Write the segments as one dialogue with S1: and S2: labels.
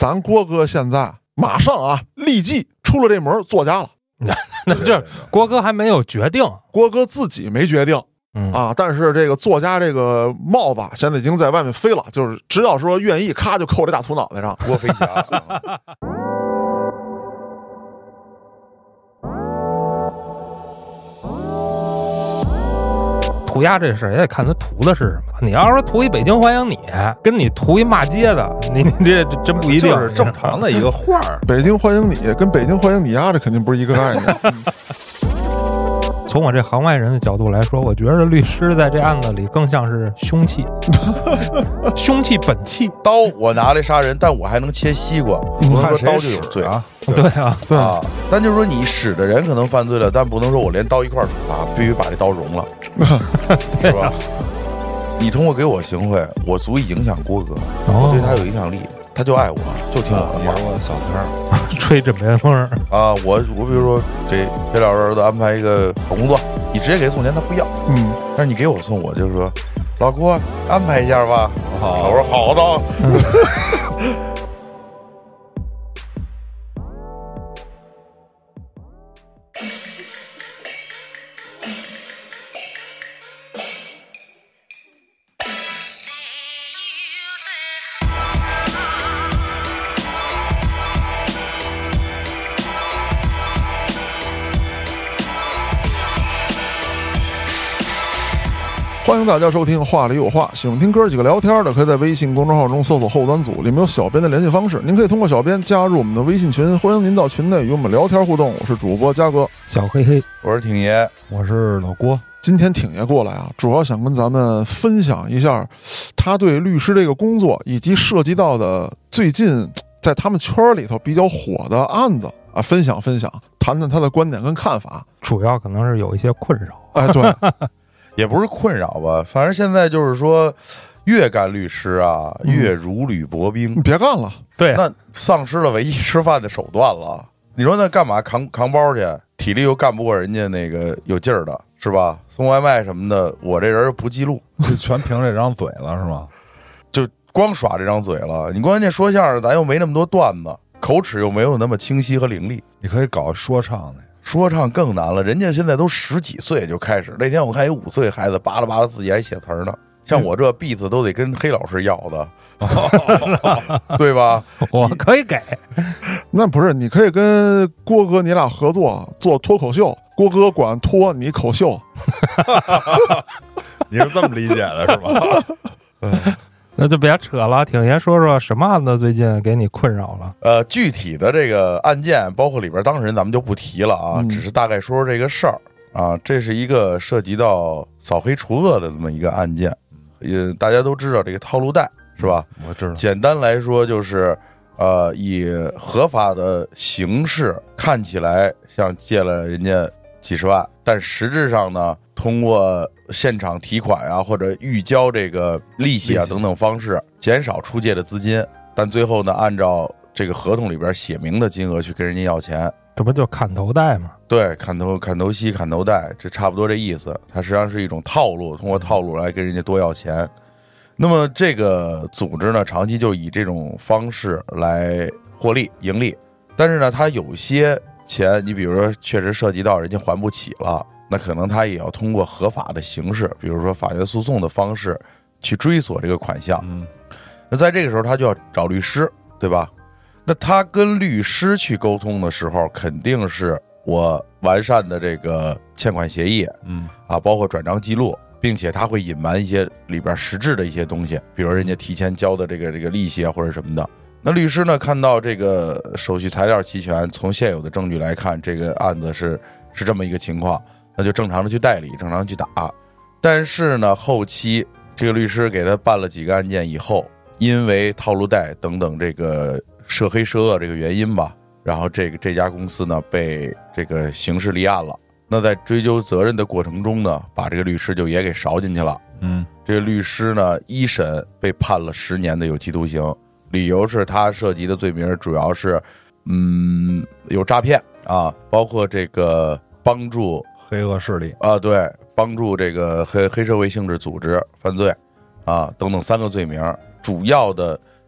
S1: 咱郭哥现在马上啊，立即出了这门作家了。
S2: 那这郭哥还没有决定，
S1: 郭哥自己没决定。但是这个作家这个帽子现在已经在外面飞了，就是只要说愿意，咔就扣这大秃脑袋上，
S3: 郭飞侠。
S2: 涂鸦这事儿也得看他涂的是什么。你要说涂一北京欢迎你，跟你涂一骂街的，你这真不一定。
S3: 就是正常的一个画儿。
S1: 北京欢迎你跟北京欢迎你呀，这肯定不是一个概念。
S2: 从我这行外人的角度来说，我觉得律师在这案子里更像是凶器，凶器本器。
S3: 刀我拿来杀人，但我还能切西瓜，不能说刀就有罪
S1: 啊。
S2: 对啊，
S1: 对
S3: 啊，但就是说你使的人可能犯罪了，但不能说我连刀一块处罚，必须把这刀融了，是吧？你通过给我行贿，我足以影响郭哥，我对他有影响力，他就爱我，就听我的话。
S1: 我小词儿，
S2: 吹枕边风
S3: 啊！我比如说给别老儿子安排一个好工作，你直接给送钱他不要，但是你给我送，我就说老郭安排一下吧。好，我说好的。
S1: 欢迎大家收听话里有话，喜欢听哥几个聊天的可以在微信公众号中搜索后端组，里面有小编的联系方式，您可以通过小编加入我们的微信群，欢迎您到群内与我们聊天互动。我是主播嘉哥，
S2: 小黑黑，
S3: 我是挺爷，
S4: 我是老郭。
S1: 今天挺爷过来啊，主要想跟咱们分享一下他对律师这个工作以及涉及到的最近在他们圈里头比较火的案子啊，分享分享，谈谈他的观点跟看法。
S2: 主要可能是有一些困扰。
S1: 哎，对。
S3: 也不是困扰吧，反正现在就是说，越干律师啊，越如履薄冰。
S1: 你别干了，
S2: 对，
S3: 那丧失了唯一吃饭的手段了。你说那干嘛扛包去？体力又干不过人家那个有劲儿的，是吧？送外卖什么的，我这人不记录，
S4: 就全凭这张嘴了，是吗？
S3: 就光耍这张嘴了。你关键说相声，咱又没那么多段子，口齿又没有那么清晰和伶俐。
S4: 你可以搞说唱的。
S3: 说唱更难了，人家现在都10几岁就开始。那天我看有5岁孩子扒拉自己还写词儿呢，像我这beats都得跟黑老师要的，对吧？
S2: 我可以给。
S1: 那不是，你可以跟郭哥你俩合作做脱口秀，郭哥管脱你口秀。
S4: 你是这么理解的是吧？
S2: 那就别扯了，挺爷说说什么案子最近给你困扰了？
S3: 具体的这个案件，包括里边当事人，咱们就不提了啊，只是大概说说这个事儿啊。这是一个涉及到扫黑除恶的这么一个案件，大家都知道这个套路贷是吧？
S4: 我知道。
S3: 简单来说就是，以合法的形式看起来像借了人家几十万，但实质上呢，通过现场提款啊，或者预交这个利息啊等等方式，减少出借的资金，但最后呢，按照这个合同里边写明的金额去跟人家要钱，
S2: 这不就砍头贷吗？
S3: 对，砍头息、砍头贷，这差不多这意思。它实际上是一种套路，通过套路来跟人家多要钱。那么这个组织呢，长期就以这种方式来获利盈利，但是呢，它有些钱，你比如说确实涉及到人家还不起了。那可能他也要通过合法的形式，比如说法院诉讼的方式去追索这个款项。那在这个时候他就要找律师，对吧？那他跟律师去沟通的时候，肯定是我完善的这个欠款协议，包括转账记录，并且他会隐瞒一些里边实质的一些东西，比如人家提前交的这个利息啊或者什么的。那律师呢，看到这个手续材料齐全，从现有的证据来看，这个案子是这么一个情况。那就正常的去代理，正常去打。但是呢，后期这个律师给他办了几个案件以后，因为套路贷等等这个涉黑涉恶这个原因吧，然后这家公司呢被这个刑事立案了。那在追究责任的过程中呢，把这个律师就也给勺进去了。这个律师呢一审被判了10年的有期徒刑，理由是他涉及的罪名主要是有诈骗啊，包括这个帮助
S4: 黑恶势力
S3: 啊，对，帮助这个黑社会性质组织犯罪啊，等等3个罪名，主要的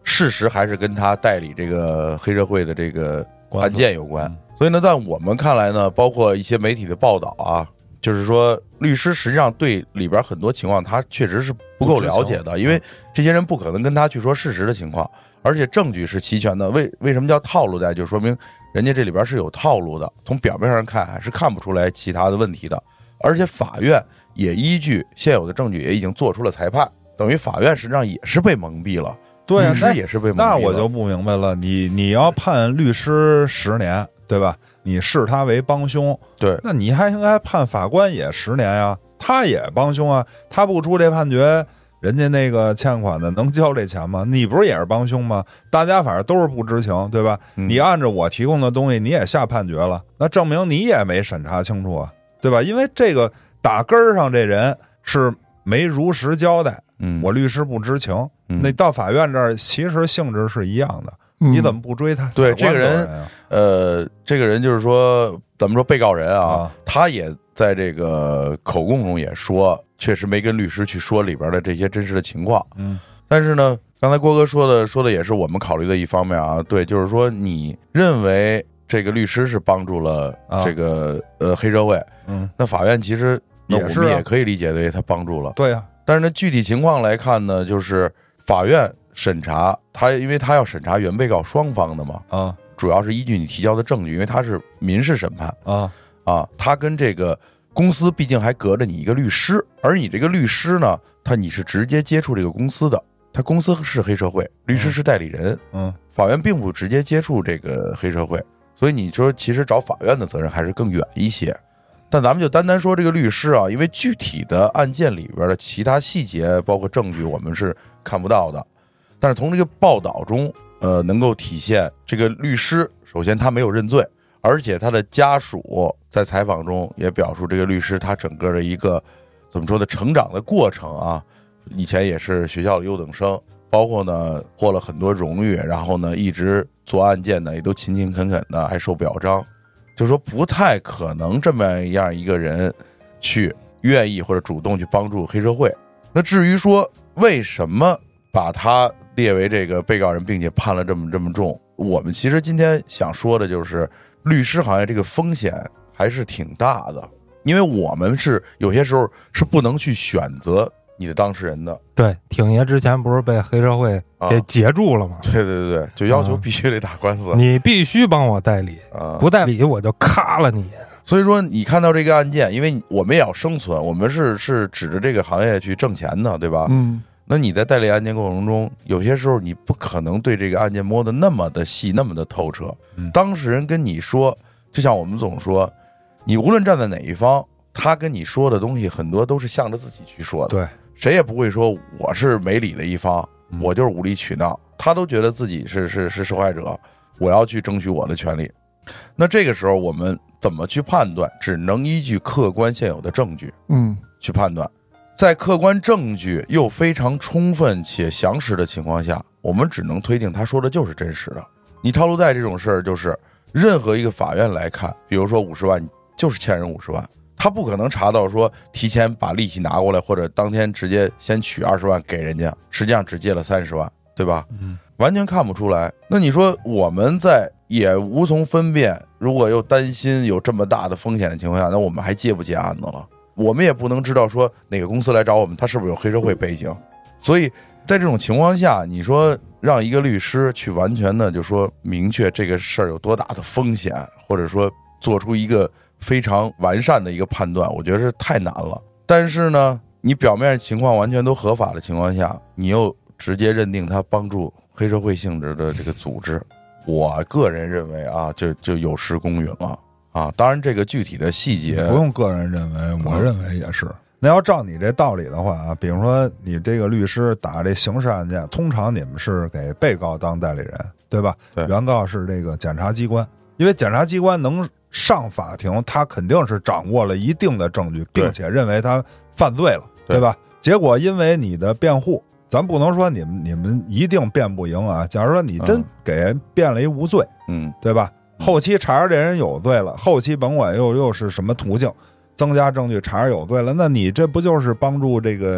S3: 事实还是跟他代理这个黑社会的这个案件有关。所以呢，在我们看来呢，包括一些媒体的报道啊，就是说律师实际上对里边很多情况他确实是不够了解的，因为这些人不可能跟他去说事实的情况，而且证据是齐全的。为什么叫套路贷？就说明人家这里边是有套路的，从表面上看还是看不出来其他的问题的。而且法院也依据现有的证据也已经做出了裁判，等于法院实际上也是被蒙蔽了，
S4: 对啊，
S3: 律师也是被蒙蔽了。
S4: 那我就不明白了，你要判律师10年，对吧？你视他为帮凶，
S3: 对，
S4: 那你还应该判法官也10年呀，他也帮凶啊，他不出这判决，人家那个欠款的能交这钱吗？你不是也是帮凶吗？大家反正都是不知情，对吧？你按照我提供的东西你也下判决了，那证明你也没审查清楚啊，对吧？因为这个打根儿上这人是没如实交代，我律师不知情，那到法院这儿其实性质是一样的。你怎么不追他？
S3: 对，这个人，这个人就是说，咱们说被告人啊，他也在这个口供中也说，确实没跟律师去说里边的这些真实的情况。但是呢，刚才郭哥说的也是我们考虑的一方面啊。对，就是说，你认为这个律师是帮助了这个黑社会，那法院其实我们也可以理解为他帮助了。
S4: 对呀，
S3: 但是呢，具体情况来看呢，就是法院审查他，因为他要审查原被告双方的嘛，主要是依据你提交的证据，因为他是民事审判他跟这个公司毕竟还隔着你一个律师，而你这个律师呢，你是直接接触这个公司的，他公司是黑社会，律师是代理人，法院并不直接接触这个黑社会，所以你说其实找法院的责任还是更远一些。但咱们就单单说这个律师啊，因为具体的案件里边的其他细节包括证据我们是看不到的，但是从这个报道中能够体现这个律师首先他没有认罪，而且他的家属在采访中也表述这个律师他整个的一个怎么说的成长的过程啊，以前也是学校的优等生，包括呢获了很多荣誉，然后呢一直做案件呢也都勤勤恳恳的，还受表彰，就说不太可能这么样一个人去愿意或者主动去帮助黑社会。那至于说为什么把他列为这个被告人并且判了这么重，我们其实今天想说的就是律师行业这个风险还是挺大的，因为我们是有些时候是不能去选择你的当事人的。
S2: 对，挺爷之前不是被黑社会给截住了吗？
S3: 对，就要求必须得打官司，
S2: 你必须帮我代理，不代理我就咔了你。
S3: 所以说你看到这个案件，因为我们也要生存，我们是指着这个行业去挣钱的，对吧？那你在代理案件过程中，有些时候你不可能对这个案件摸得那么的细，那么的透彻。当事人跟你说，就像我们总说，你无论站在哪一方，他跟你说的东西很多都是向着自己去说的。
S4: 对，
S3: 谁也不会说我是没理的一方，我就是无理取闹，他都觉得自己是受害者，我要去争取我的权利。那这个时候我们怎么去判断？只能依据客观现有的证据，去判断。在客观证据又非常充分且详实的情况下，我们只能推定他说的就是真实的。你套路贷这种事儿，就是任何一个法院来看，比如说50万，就是欠人50万，他不可能查到说提前把利息拿过来，或者当天直接先取20万给人家，实际上只借了30万，对吧？完全看不出来。那你说我们在也无从分辨，如果又担心有这么大的风险的情况下，那我们还接不接案子了？我们也不能知道说哪个公司来找我们，他是不是有黑社会背景。所以在这种情况下，你说让一个律师去完全的就说明确这个事儿有多大的风险，或者说做出一个非常完善的一个判断，我觉得是太难了。但是呢，你表面情况完全都合法的情况下，你又直接认定他帮助黑社会性质的这个组织，我个人认为啊，就有失公允了啊。当然这个具体的细节
S4: 不用个人认为，我认为也是。那要照你这道理的话啊，比如说你这个律师打这刑事案件，通常你们是给被告当代理人，对吧？
S3: 对，
S4: 原告是这个检察机关，因为检察机关能上法庭，他肯定是掌握了一定的证据，并且认为他犯罪了，对吧？结果因为你的辩护，咱不能说你们一定辩不赢啊。假如说你真给人辩了一无罪，对吧？后期查着这人有罪了，后期甭管又是什么途径，增加证据查着有罪了，那你这不就是帮助这个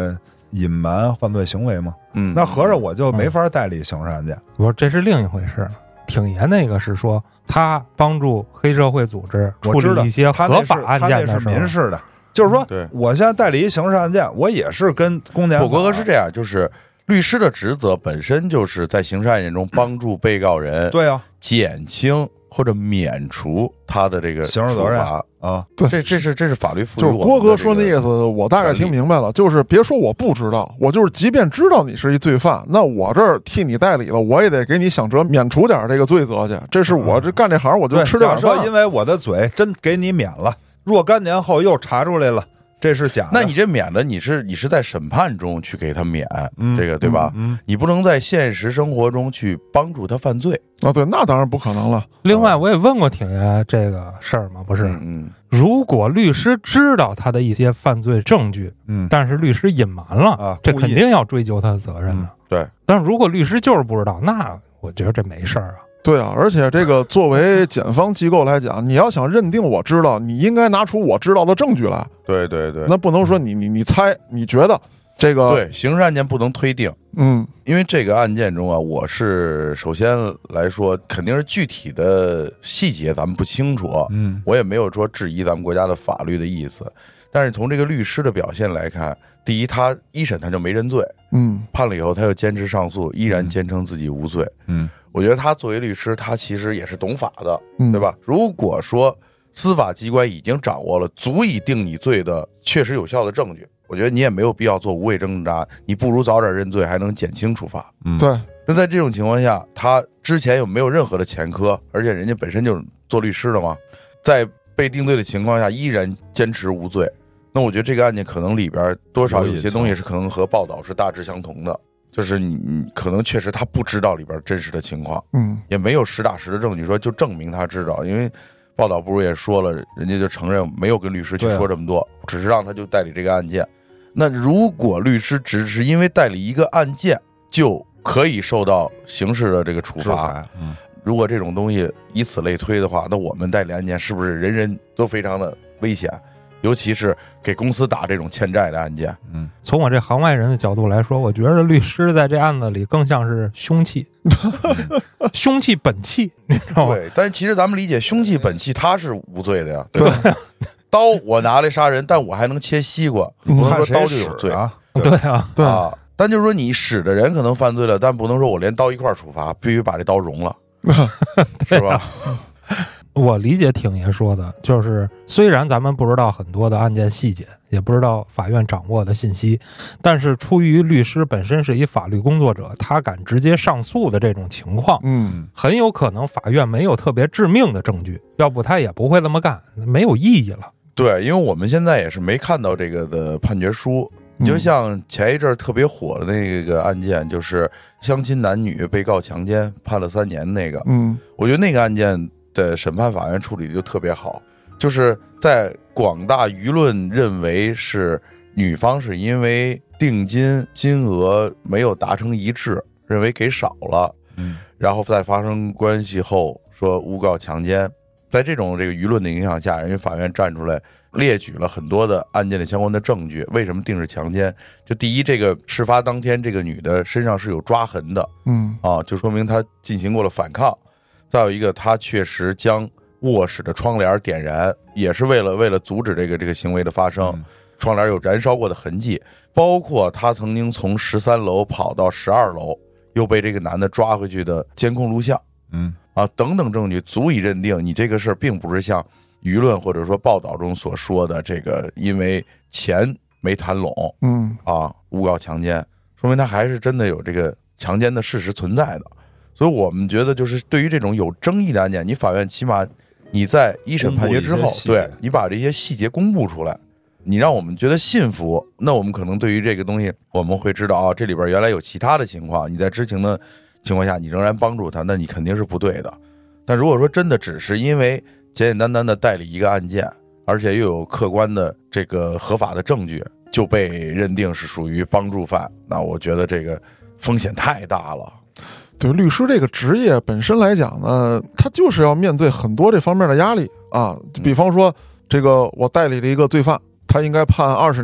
S4: 隐瞒犯罪行为吗？
S3: 嗯，
S4: 那合着我就没法代理刑事案件。
S2: 我说这是另一回事了。挺爷那个是说他帮助黑社会组织处
S4: 我知道
S2: 理一些合法案件的时候，
S4: 他那是民事的，就是说
S3: 对，
S4: 我现在代理一刑事案件，我也是跟公检法。
S3: 我哥是这样，就是律师的职责本身就是在刑事案件中帮助被告人
S4: 对啊
S3: 减轻或者免除他的这个
S4: 刑事责任
S3: 处罚
S4: 啊，
S1: 对，
S3: 这是法律赋予
S1: 就是
S3: 我们的
S1: 郭哥说那意思，我大概听明白了。就是别说我不知道，我就是即便知道你是一罪犯，那我这儿替你代理了，我也得给你想辙免除点这个罪责去。这是我这干这行我就
S4: 对，
S1: 吃这碗饭。
S4: 假设因为我的嘴真给你免了，若干年后又查出来了，这是假的。
S3: 那你这免的，你是在审判中去给他免，这个对吧？你不能在现实生活中去帮助他犯罪
S1: 啊。对，那当然不可能了。
S2: 另外，我也问过挺爷这个事儿嘛，不是？如果律师知道他的一些犯罪证据，但是律师隐瞒了
S4: 啊，
S2: 这肯定要追究他的责任的。
S3: 对，
S2: 但如果律师就是不知道，那我觉得这没事儿啊。
S1: 对啊，而且这个作为检方机构来讲，你要想认定我知道，你应该拿出我知道的证据来。
S3: 对对对，
S1: 那不能说你猜，你觉得这个
S3: 对刑事案件不能推定。因为这个案件中啊，我是首先来说，肯定是具体的细节咱们不清楚，我也没有说质疑咱们国家的法律的意思。但是从这个律师的表现来看，第一，他一审他就没认罪，判了以后他又坚持上诉，依然坚称自己无罪，我觉得他作为律师，他其实也是懂法的，对吧？如果说司法机关已经掌握了足以定你罪的确实有效的证据，我觉得你也没有必要做无谓挣扎，你不如早点认罪，还能减轻处罚。
S1: 对。
S3: 那在这种情况下，他之前有没有任何的前科？而且人家本身就是做律师的嘛，在被定罪的情况下，依然坚持无罪。那我觉得这个案件可能里边多少有些东西是可能和报道是大致相同的，就是你可能确实他不知道里边真实的情况，也没有实打实的证据说就证明他知道，因为报道部也说了，人家就承认没有跟律师去说这么多，只是让他就代理这个案件。那如果律师只是因为代理一个案件就可以受到刑事的这个处罚，如果这种东西以此类推的话，那我们代理案件是不是人人都非常的危险？尤其是给公司打这种欠债的案件。
S2: 从我这行外人的角度来说，我觉得律师在这案子里更像是凶器，凶器本器，你知道吗？
S3: 对，但其实咱们理解凶器本器，他是无罪的呀。对，刀我拿来杀人，但我还能切西瓜，不能说刀就有罪
S4: 啊。
S2: 对啊，
S1: 对
S3: 啊。但就是说你使的人可能犯罪了，但不能说我连刀一块处罚，必须把这刀融了，是吧？
S2: 我理解挺爷说的，就是虽然咱们不知道很多的案件细节，也不知道法院掌握的信息，但是出于律师本身是一法律工作者，他敢直接上诉的这种情况，很有可能法院没有特别致命的证据，要不他也不会这么干，没有意义了。
S3: 对，因为我们现在也是没看到这个的判决书。就像前一阵特别火的那个案件，就是相亲男女被告强奸判了3年那个，我觉得那个案件的审判法院处理的就特别好，就是在广大舆论认为是女方是因为定金额没有达成一致，认为给少了，然后在发生关系后说诬告强奸，在这个舆论的影响下，人家法院站出来列举了很多的案件的相关的证据，为什么定是强奸？就第一，这个事发当天这个女的身上是有抓痕的，就说明她进行过了反抗。再有一个，她确实将卧室的窗帘点燃，也是为了阻止这个行为的发生，窗帘有燃烧过的痕迹，包括她曾经从13楼跑到12楼，又被这个男的抓回去的监控录像，等等证据足以认定你这个事儿并不是像舆论或者说报道中所说的这个因为钱没谈拢，诬告强奸，说明他还是真的有这个强奸的事实存在的。所以我们觉得，就是对于这种有争议的案件，你法院起码你在一审判决之后，对你把这些细节公布出来，你让我们觉得信服，那我们可能对于这个东西我们会知道啊，这里边原来有其他的情况，你在知情的情况下你仍然帮助他，那你肯定是不对的。但如果说真的只是因为简简单单的代理一个案件，而且又有客观的这个合法的证据，就被认定是属于帮助犯，那我觉得这个风险太大了。
S1: 对律师这个职业本身来讲呢，他就是要面对很多这方面的压力啊。比方说，这个我代理了一个罪犯，他应该判20年，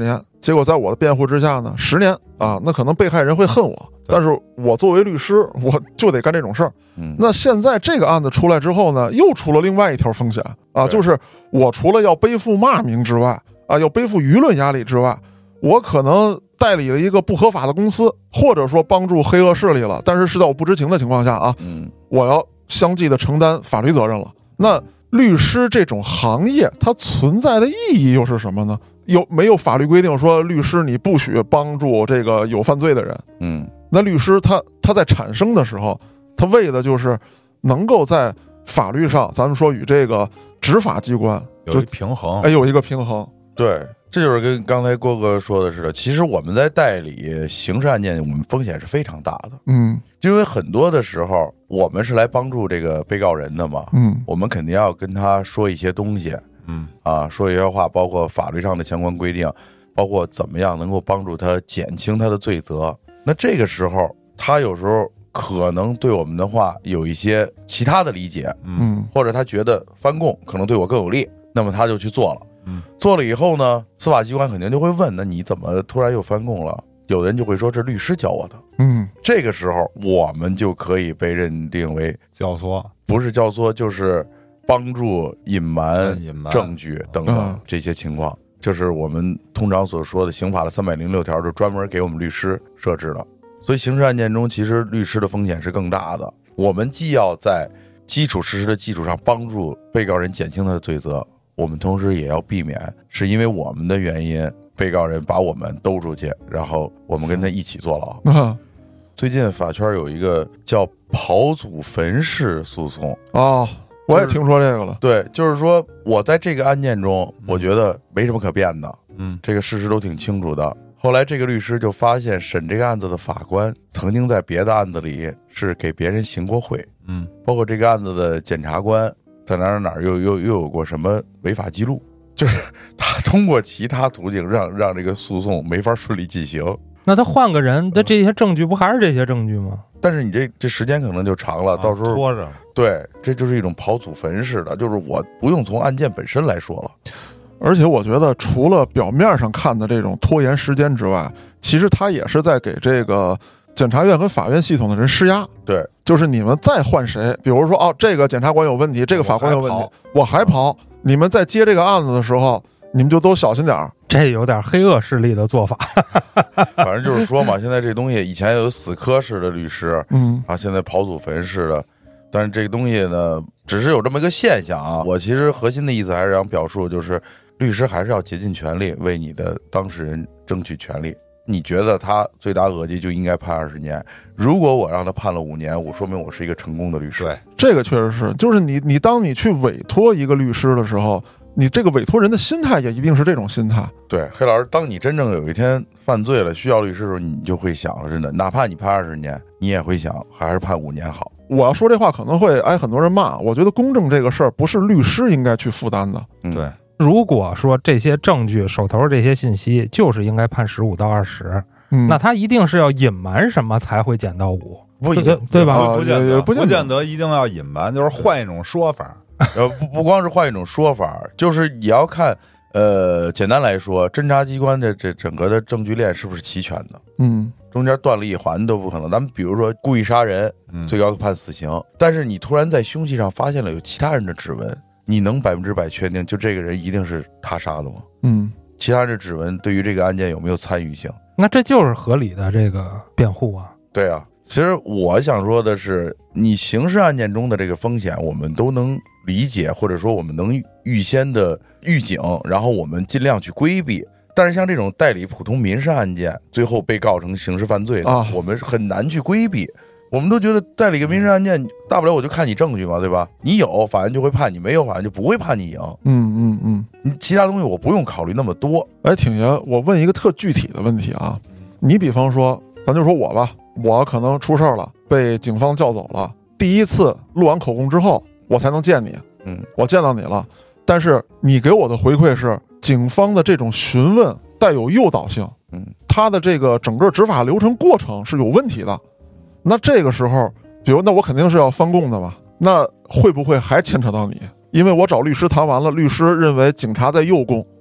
S1: 结果在我的辩护之下呢，10年啊，那可能被害人会恨我，但是我作为律师，我就得干这种事儿。那现在这个案子出来之后呢，又出了另外一条风险啊，就是我除了要背负骂名之外啊，要背负舆论压力之外，我可能代理了一个不合法的公司，或者说帮助黑恶势力了，但是是在我不知情的情况下啊，我要相继的承担法律责任了。那律师这种行业它存在的意义又是什么呢？有没有法律规定说律师你不许帮助这个有犯罪的人？那律师他在产生的时候，他为的就是能够在法律上，咱们说与这个执法机关
S4: 有一平衡，
S1: 有一个平衡。
S3: 对，这就是跟刚才郭哥说的似的。其实我们在代理刑事案件，我们风险是非常大的。因为很多的时候我们是来帮助这个被告人的嘛。我们肯定要跟他说一些东西。说一些话，包括法律上的相关规定，包括怎么样能够帮助他减轻他的罪责。那这个时候，他有时候可能对我们的话有一些其他的理解，或者他觉得翻供可能对我更有利，那么他就去做了。做了以后呢，司法机关肯定就会问，那你怎么突然又翻供了？有的人就会说这律师教我的。这个时候我们就可以被认定为
S4: 教唆，
S3: 不是教唆就是帮助隐瞒证据等等这些情况，就是我们通常所说的刑法的306条，就专门给我们律师设置的。所以刑事案件中，其实律师的风险是更大的。我们既要在基础事实的基础上帮助被告人减轻他的罪责，我们同时也要避免是因为我们的原因，被告人把我们兜出去，然后我们跟他一起坐牢。最近法圈有一个叫跑祖坟式诉讼
S1: 我也听说这个了。
S3: 对，就是说我在这个案件中，我觉得没什么可辩的，这个事实都挺清楚的。后来这个律师就发现，审这个案子的法官曾经在别的案子里是给别人行过贿，包括这个案子的检察官在哪儿又有过什么违法记录，就是他通过其他途径让这个诉讼没法顺利进行。
S2: 那他换个人，那这些证据不还是这些证据吗？
S3: 但是你这时间可能就长了，到时候
S4: 拖着。
S3: 对，这就是一种跑祖坟式的，就是我不用从案件本身来说了。
S1: 而且我觉得，除了表面上看的这种拖延时间之外，其实他也是在给这个检察院和法院系统的人施压。
S3: 对，
S1: 就是你们再换谁，比如说这个检察官有问题，这个法官有问题，我还跑，你们在接这个案子的时候，你们就都小心点儿。
S2: 这有点黑恶势力的做法。
S3: 反正就是说嘛，现在这东西以前有死磕式的律师，现在跑祖坟式的，但是这个东西呢，只是有这么一个现象啊。我其实核心的意思还是想表述，就是律师还是要竭尽全力为你的当事人争取权利。你觉得他罪大恶极就应该判20年，如果我让他判了5年，我说明我是一个成功的律师。
S4: 对，
S1: 这个确实是，就是你当你去委托一个律师的时候，你这个委托人的心态也一定是这种心态。
S3: 对，黑老师，当你真正有一天犯罪了需要律师的时候，你就会想了，真的，哪怕你判20年，你也会想还是判5年好。
S1: 我要说这话可能会挨很多人骂，我觉得公正这个事儿不是律师应该去负担的。
S4: 对，
S2: 如果说这些证据手头这些信息就是应该判15到20，那他一定是要隐瞒什么才会减到5，
S3: 不一定，
S2: 对吧？
S4: 不见得一定要隐瞒，就是换一种说法。
S3: 不光是换一种说法，就是也要看，简单来说，侦查机关的这整个的证据链是不是齐全的？中间断了一环都不可能。咱们比如说故意杀人，最高判死刑，但是你突然在凶器上发现了有其他人的指纹，你能100%确定就这个人一定是他杀的吗？其他人的指纹对于这个案件有没有参与性？
S2: 那这就是合理的这个辩护啊。
S3: 对啊，其实我想说的是，你刑事案件中的这个风险，我们都能理解，或者说我们能预先的预警，然后我们尽量去规避。但是像这种代理普通民事案件，最后被告成刑事犯罪的，我们很难去规避。我们都觉得代理个民事案件，大不了我就看你证据嘛，对吧？你有，法院就会判你；没有，法院就不会判你赢。你其他东西我不用考虑那么多。
S1: 挺爷，我问一个特具体的问题啊，你比方说，咱就说我吧，我可能出事了，被警方叫走了，第一次录完口供之后，我才能见你，我见到你了，但是你给我的回馈是，警方的这种询问带有诱导性，他的这个整个执法流程过程是有问题的。那这个时候，比如那我肯定是要翻供的嘛，那会不会还牵扯到你？因为我找律师谈完了，律师认为警察在诱供，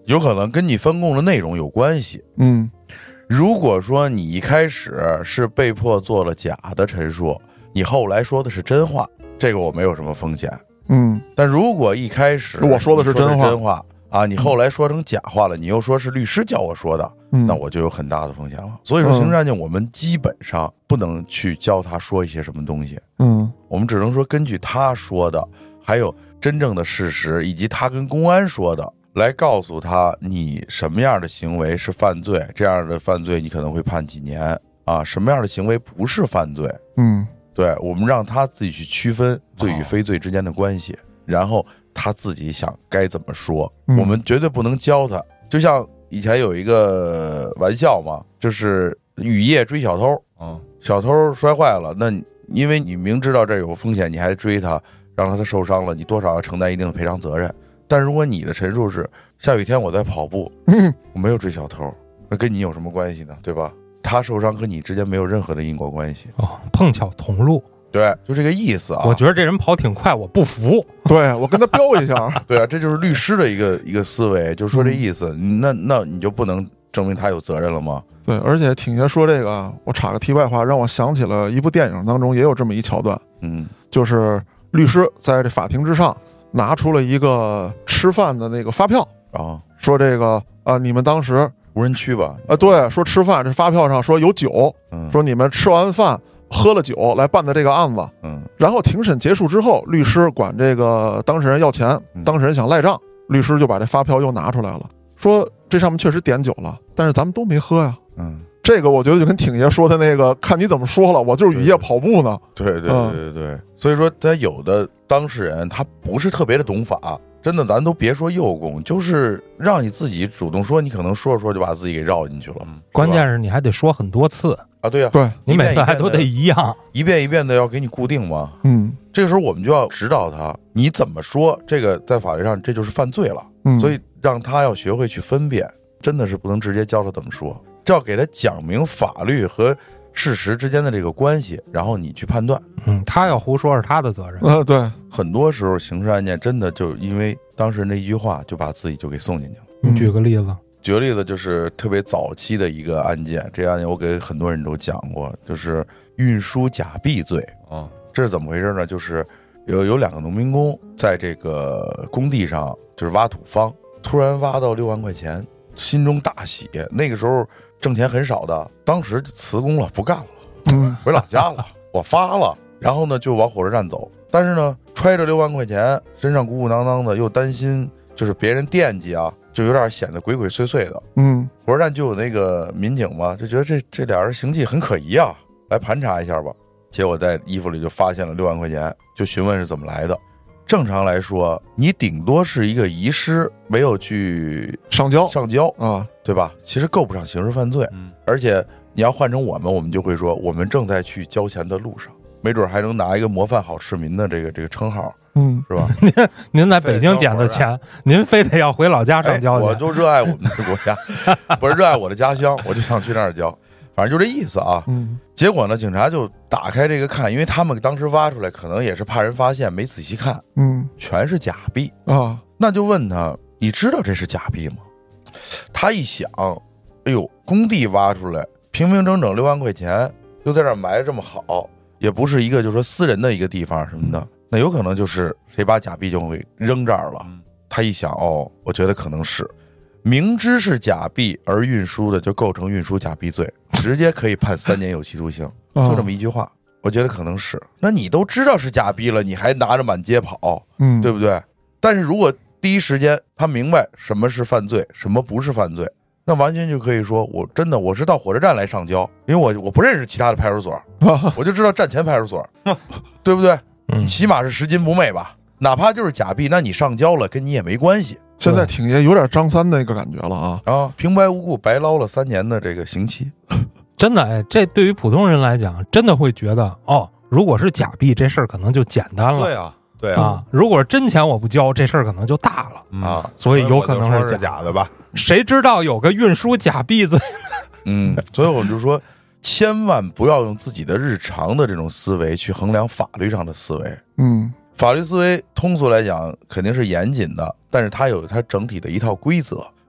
S3: 有可能跟你分供的内容有关系。
S1: 嗯
S3: 如果说你一开始是被迫做了假的陈述，你后来说的是真话，这个我没有什么风险。
S1: 嗯
S3: 但如果一开始
S1: 我说的是真话
S3: 啊，你后来说成假话了，你又说是律师叫我说的，那我就有很大的风险了。所以说刑事案件我们基本上不能去教他说一些什么东西，我们只能说根据他说的，还有真正的事实，以及他跟公安说的，来告诉他你什么样的行为是犯罪，这样的犯罪你可能会判几年啊，什么样的行为不是犯罪。对，我们让他自己去区分罪与非罪之间的关系，然后他自己想该怎么说，我们绝对不能教他。就像以前有一个玩笑嘛，就是雨夜追小偷，小偷摔坏了，那因为你明知道这有风险，你还追他，让他受伤了，你多少要承担一定的赔偿责任。但如果你的陈述是下雨天我在跑步，我没有追小偷，那跟你有什么关系呢？对吧？他受伤和你之间没有任何的因果关系。
S2: 碰巧同路。
S3: 对，就这个意思啊。
S2: 我觉得这人跑挺快，我不服。
S1: 对，我跟他飙一下。
S3: 对啊，这就是律师的一个思维，就是说这意思。那你就不能证明他有责任了吗？
S1: 对，而且挺爷说这个，我插个题外话，让我想起了一部电影当中也有这么一桥段。就是律师在这法庭之上拿出了一个吃饭的那个发票
S3: 啊，
S1: 说这个你们当时
S3: 无人区吧？
S1: 对，说吃饭，这发票上说有酒，说你们吃完饭喝了酒来办的这个案子。然后庭审结束之后，律师管这个当事人要钱，当事人想赖账，律师就把这发票又拿出来了，说这上面确实点酒了，但是咱们都没喝呀。这个我觉得就跟挺爷说的那个，看你怎么说了，我就是雨夜跑步呢。对，
S3: 所以说他有的当事人他不是特别的懂法，真的咱都别说诱供，就是让你自己主动说，你可能说着说就把自己给绕进去了。
S2: 关键是你还得说很多次
S3: 啊。对呀，
S1: 对，
S2: 你每次还都得一样，
S3: 一遍一遍的要给你固定嘛。这个时候我们就要指导他，你怎么说，这个在法律上这就是犯罪了。所以让他要学会去分辨，真的是不能直接教他怎么说，就要给他讲明法律和事实之间的这个关系，然后你去判断。
S2: 他要胡说是他的责任。
S1: 对，
S3: 很多时候刑事案件真的就因为当事人的一句话就把自己就给送进去了。
S2: 你举个例子。
S3: 举个例子，就是特别早期的一个案件，这案件我给很多人都讲过，就是运输假币罪。这是怎么回事呢？就是有两个农民工在这个工地上就是挖土方，突然挖到6万块钱，心中大喜。那个时候挣钱很少的，当时就辞工了，不干了，回老家了，我发了。然后呢就往火车站走，但是呢揣着6万块钱，身上鼓鼓囊囊的，又担心就是别人惦记啊，就有点显得鬼鬼祟祟的。火车站就有那个民警嘛，就觉得这俩人行迹很可疑啊，来盘查一下吧。结果在衣服里就发现了6万块钱，就询问是怎么来的。正常来说，你顶多是一个遗失，没有去上交啊，对吧？其实够不上刑事犯罪。而且你要换成我们就会说，我们正在去交钱的路上，没准还能拿一个模范好市民的这个称号。是吧？
S2: 您在北京捡的钱，您非得要回老家上交去。
S3: 我就热爱我们的国家，不是热爱我的家乡，我就想去那儿交。反正就这意思啊。结果呢，警察就打开这个看，因为他们当时挖出来，可能也是怕人发现，没仔细看。全是假币啊。那就问他，你知道这是假币吗？他一想，哎呦，工地挖出来，平平整整6万块钱，又在这儿埋得这么好，也不是一个就是说私人的一个地方什么的，那有可能就是谁把假币就会扔这儿了。他一想，我觉得可能是明知是假币而运输的，就构成运输假币罪，直接可以判3年有期徒刑。就这么一句话，我觉得可能是。那你都知道是假币了，你还拿着满街跑，对不对？但是如果第一时间他明白什么是犯罪，什么不是犯罪，那完全就可以说，我是到火车站来上交，因为我不认识其他的派出所，我就知道站前派出所，对不对？起码是拾金不昧吧。哪怕就是假币，那你上交了，跟你也没关系。
S1: 现在挺爷有点张三那个感觉了啊！
S3: 平白无故白捞了3年的这个刑期，
S2: 真的这对于普通人来讲，真的会觉得如果是假币，这事儿可能就简单了。
S4: 对啊，
S2: 如果真钱我不交，这事儿可能就大了所以有可能
S4: 是假的吧？
S2: 谁知道有个运输假币罪？
S3: 所以我们就说，千万不要用自己的日常的这种思维去衡量法律上的思维。法律思维通俗来讲肯定是严谨的，但是它有它整体的一套规则。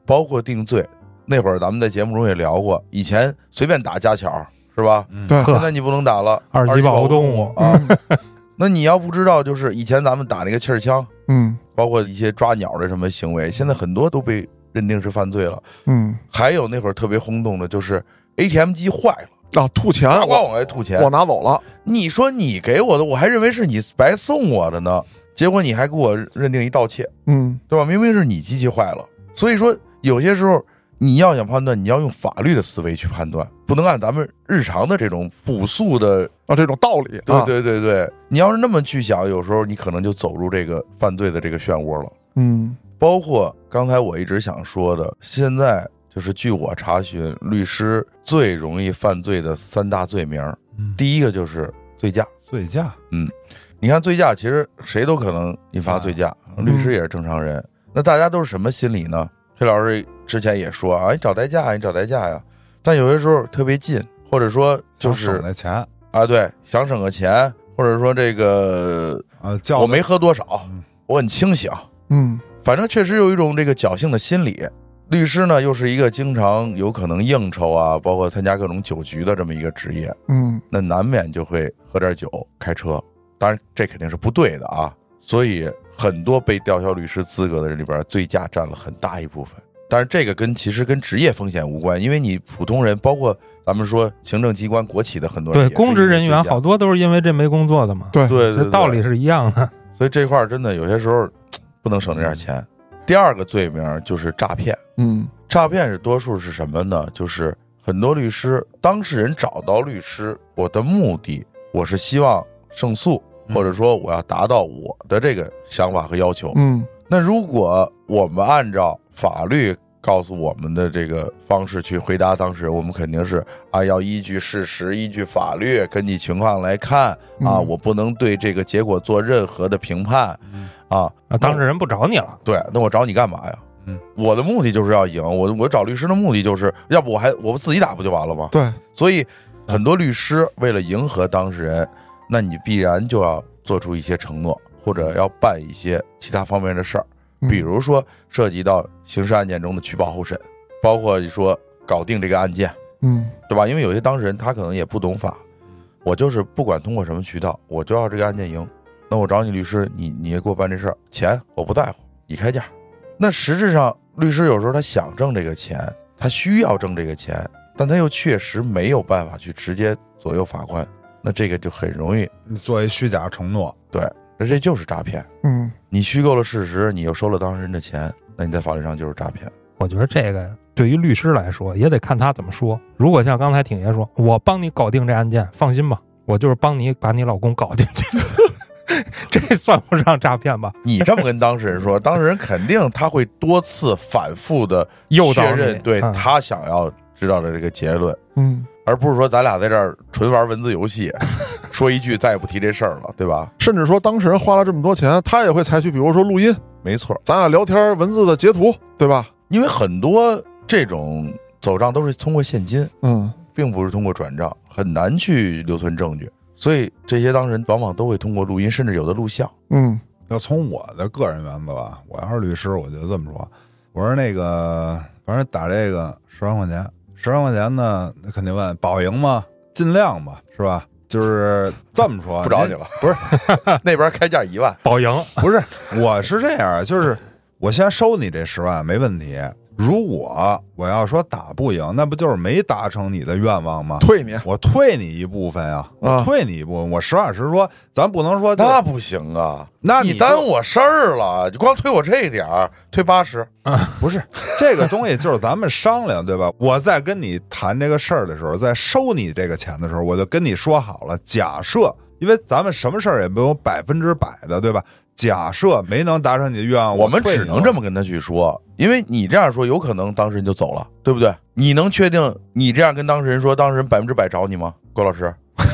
S3: 包括定罪。那会儿咱们在节目中也聊过，以前随便打家巧是吧？
S1: 对，
S3: 现在你不能打了，
S2: 二级保护动物
S3: 啊。那你要不知道，就是以前咱们打那个气儿枪，包括一些抓鸟的什么行为，现在很多都被认定是犯罪了。还有那会儿特别轰动的就是 ATM 机坏了
S1: 啊，吐钱，
S3: 呱往外吐钱，
S1: 我拿走了。
S3: 你说你给我的，我还认为是你白送我的呢，结果你还给我认定一盗窃，对吧？明明是你机器坏了。所以说有些时候你要想判断，你要用法律的思维去判断，不能按咱们日常的这种朴素的
S1: 这种道理。
S3: 对，你要是那么去想，有时候你可能就走入这个犯罪的这个漩涡了。包括刚才我一直想说的，现在就是据我查询，律师最容易犯罪的3大罪名，第一个就是醉驾。你看醉驾，其实谁都可能引发醉驾，律师也是正常人。那大家都是什么心理呢？黑老师之前也说啊，你找代驾呀，但有些时候特别近，或者说就是
S4: 省那钱
S3: 啊，对，想省个钱，或者说这个我没喝多少，我很清醒，反正确实有一种这个侥幸的心理。律师呢，又是一个经常有可能应酬啊，包括参加各种酒局的这么一个职业，那难免就会喝点酒开车，当然这肯定是不对的啊。所以很多被吊销律师资格的人里边，醉驾占了很大一部分。但是这个其实跟职业风险无关，因为你普通人，包括咱们说行政机关、国企的很多人，
S2: 对公职人员好多都是因为这没工作的嘛。
S1: 对，
S2: 这道理是一样的。
S3: 所以这块真的有些时候不能省这点钱。第二个罪名就是诈骗。诈骗是多数是什么呢？就是很多律师，当事人找到律师，我的目的我是希望胜诉，或者说我要达到我的这个想法和要求。那如果我们按照法律告诉我们的这个方式去回答当事人，我们肯定是要依据事实，依据法律，根据情况来看我不能对这个结果做任何的评判
S2: 当事人不找你了，
S3: 对，那我找你干嘛呀？我的目的就是要赢，我找律师的目的就是，要不我自己打不就完了吗？
S1: 对，
S3: 所以很多律师为了迎合当事人，那你必然就要做出一些承诺，或者要办一些其他方面的事儿，比如说涉及到刑事案件中的取保候审，包括你说搞定这个案件，对吧？因为有些当事人他可能也不懂法，我就是不管通过什么渠道，我就要这个案件赢，那我找你律师，你也给我办这事儿，钱我不在乎，已开价。那实质上律师有时候他想挣这个钱，他需要挣这个钱，但他又确实没有办法去直接左右法官，那这个就很容易
S4: 你作为虚假承诺。
S3: 对，这就是诈骗。你虚构了事实，你又收了当事人的钱，那你在法律上就是诈骗。
S2: 我觉得这个对于律师来说也得看他怎么说。如果像刚才挺爷说，我帮你搞定这案件，放心吧，我就是帮你把你老公搞进去这算不上诈骗吧？
S3: 你这么跟当事人说，当事人肯定他会多次反复的确认对他想要知道的这个结论，而不是说咱俩在这儿纯玩文字游戏，说一句再也不提这事儿了，对吧？
S1: 甚至说当事人花了这么多钱，他也会采取比如说录音，
S3: 没错，
S1: 咱俩聊天文字的截图，对吧？
S3: 因为很多这种走账都是通过现金，并不是通过转账，很难去留存证据。所以这些当事人往往都会通过录音，甚至有的录像。
S4: 要从我的个人原则吧，我要是律师，我就这么说，我说那个反正打这个10万块钱，10万块钱呢，那肯定问保赢吗？尽量吧，是吧？就是这么说，
S3: 不找你了，
S4: 不是
S3: 那边开价1万，
S2: 保赢
S4: 不是，我是这样，就是我先收你这10万没问题。如果我要说打不赢，那不就是没达成你的愿望吗？
S1: 退你，
S4: 我退你一部分啊，我退你一部分。我实话实说，咱不能说
S3: 那不行啊，
S4: 那
S3: 你耽误我事儿了，你光退我这一点儿，退80，
S4: 不是这个东西，就是咱们商量，对吧？我在跟你谈这个事儿的时候，在收你这个钱的时候，我就跟你说好了，假设，因为咱们什么事儿也没有100%的，对吧？假设没能达成你的愿望，
S3: 我们只能这么跟他去说，因为你这样说，有可能当事人就走了，对不对？你能确定你这样跟当事人说，当事人100%找你吗？郭老师，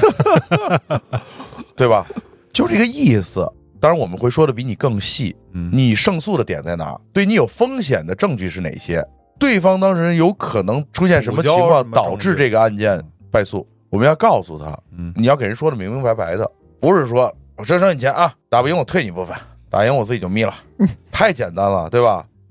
S3: 对吧？就这个意思。当然我们会说的比你更细，你胜诉的点在哪？对你有风险的证据是哪些？对方当事人有可能出现什么情况导致这个案件败诉？我们要告诉他，你要给人说的明明白白的，不是说我这收你钱啊，打不赢我退你一部分，打赢我自己就眯了，太简单了，对吧？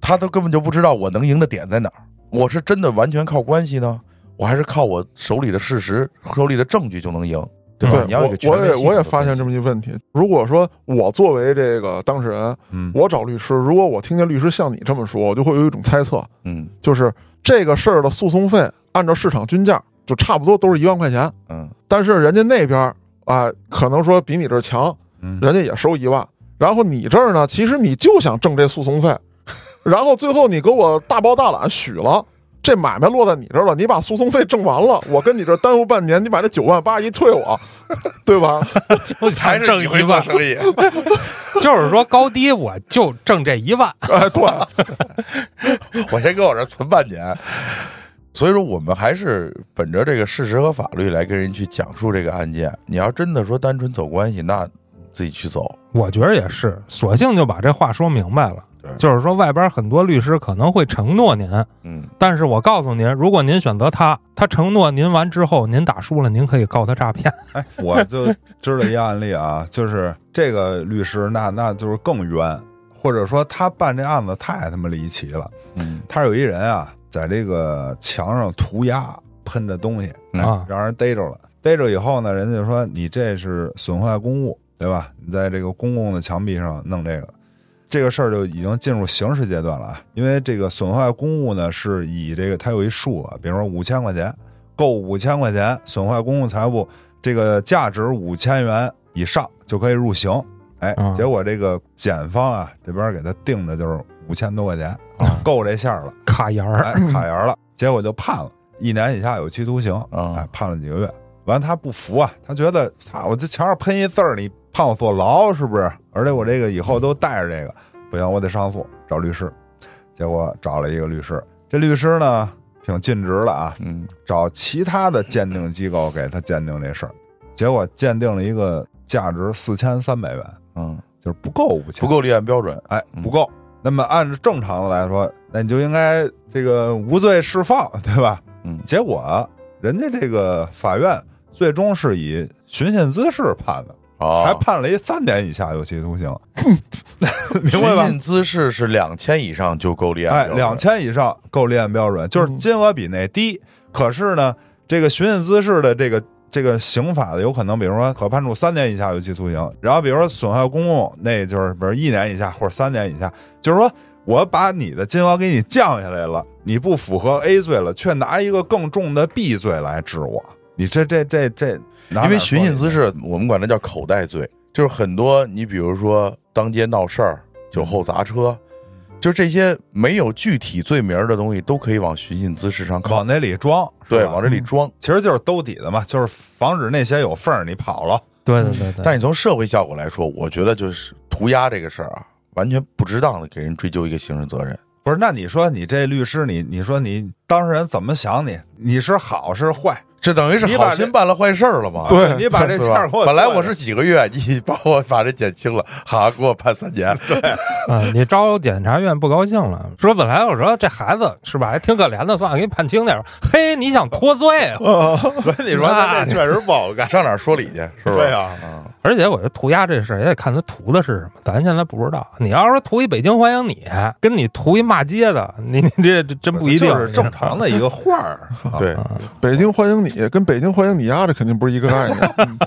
S3: 他都根本就不知道我能赢的点在哪儿。我是真的完全靠关系呢，我还是靠我手里的事实、手里的证据就能赢，对吧？你要有一个权威系统的分析。
S1: 我也发现这么一个问题，如果说我作为这个当事人，我找律师，如果我听见律师像你这么说，我就会有一种猜测，就是这个事儿的诉讼费按照市场均价就差不多都是1万块钱，但是人家那边可能说比你这儿强，人家也收1万，然后你这儿呢，其实你就想挣这诉讼费，然后最后你给我大包大揽许了。这买卖落在你这儿了，你把诉讼费挣完了，我跟你这耽误半年，你把这9万8一退我，对吧？
S2: 就才挣1万
S3: 生意，
S2: 就是说高低我就挣这1万。
S1: 对，
S3: 我先搁我这存半年。所以说，我们还是本着这个事实和法律来跟人去讲述这个案件。你要真的说单纯走关系，那自己去走。
S2: 我觉得也是，索性就把这话说明白了。就是说，外边很多律师可能会承诺您，但是我告诉您，如果您选择他承诺您完之后，您打输了，您可以告他诈骗。
S4: 我就知道一案例啊，就是这个律师那就是更冤，或者说他办这案子太他妈离奇了。他有一人啊，在这个墙上涂鸦，喷着东西，让人逮着了。逮着以后呢，人家就说你这是损坏公物，对吧？你在这个公共的墙壁上弄这个事儿就已经进入刑事阶段了啊，因为这个损坏公物呢是以这个它有一数额，比如说5000块钱，够5000块钱损坏公共财物，这个价值5000元以上就可以入刑。结果这个检方啊这边给他定的就是5000多块钱，够这线了，
S2: 卡沿儿，
S4: 卡沿了，结果就判了1年以下有期徒刑，判了几个月。完他不服啊，他觉得我这墙上喷一字儿，你判我坐牢是不是？而且我这个以后都带着这个，不行，我得上诉，找律师。结果找了一个律师，这律师呢挺尽职了啊，找其他的鉴定机构给他鉴定这事儿，结果鉴定了一个价值4300元，就是不够5000，
S3: 不够立案标准，
S4: 不够。那么按照正常的来说，那你就应该这个无罪释放，对吧？结果人家这个法院最终是以寻衅滋事判的，还判了一3年以下有期徒刑，明白吧？
S3: 寻衅滋事是2000以上就够立案标准
S4: ，2000以上够立案标准，就是金额比那低。可是呢，这个寻衅滋事的这个刑法的有可能，比如说可判处3年以下有期徒刑，然后比如说损害公共，那就是比如1年以下或者3年以下，就是说我把你的金额给你降下来了，你不符合 A 罪了，却拿一个更重的 B 罪来治我。你这，
S3: 因为寻衅滋事，我们管它叫口袋罪，就是很多你比如说当街闹事儿、酒后砸车，就这些没有具体罪名的东西，都可以往寻衅滋事上靠，
S4: 往那里装，
S3: 对，往这里装，
S4: 其实就是兜底的嘛，就是防止那些有缝儿你跑了。
S2: 对。
S3: 但你从社会效果来说，我觉得就是涂鸦这个事儿啊，完全不值当的给人追究一个刑事责任。
S4: 不是，那你说你这律师，你说你当事人怎么想你？你是好是坏？
S3: 这等于是好心办了坏事了吗？
S4: 对，你把这事儿给我，
S3: 本来我是几个月，你把我这减轻了，好，给我判3年。
S4: 对，
S2: 你招检察院不高兴了，说本来我说这孩子是吧，还挺可怜的，算了，给你判轻点。嘿，你想脱罪啊？
S4: 所以你说这确实不好干，
S3: 上哪儿说理去？是吧？
S4: 对啊。
S2: 而且我觉得涂鸦这事儿也得看他涂的是什么，咱现在不知道。你要是说涂一北京欢迎你，跟你涂一骂街的，你这真不一定。
S4: 就是正常的一个画儿。
S3: 对，
S1: 北京欢迎你跟北京欢迎你丫这肯定不是一个概念。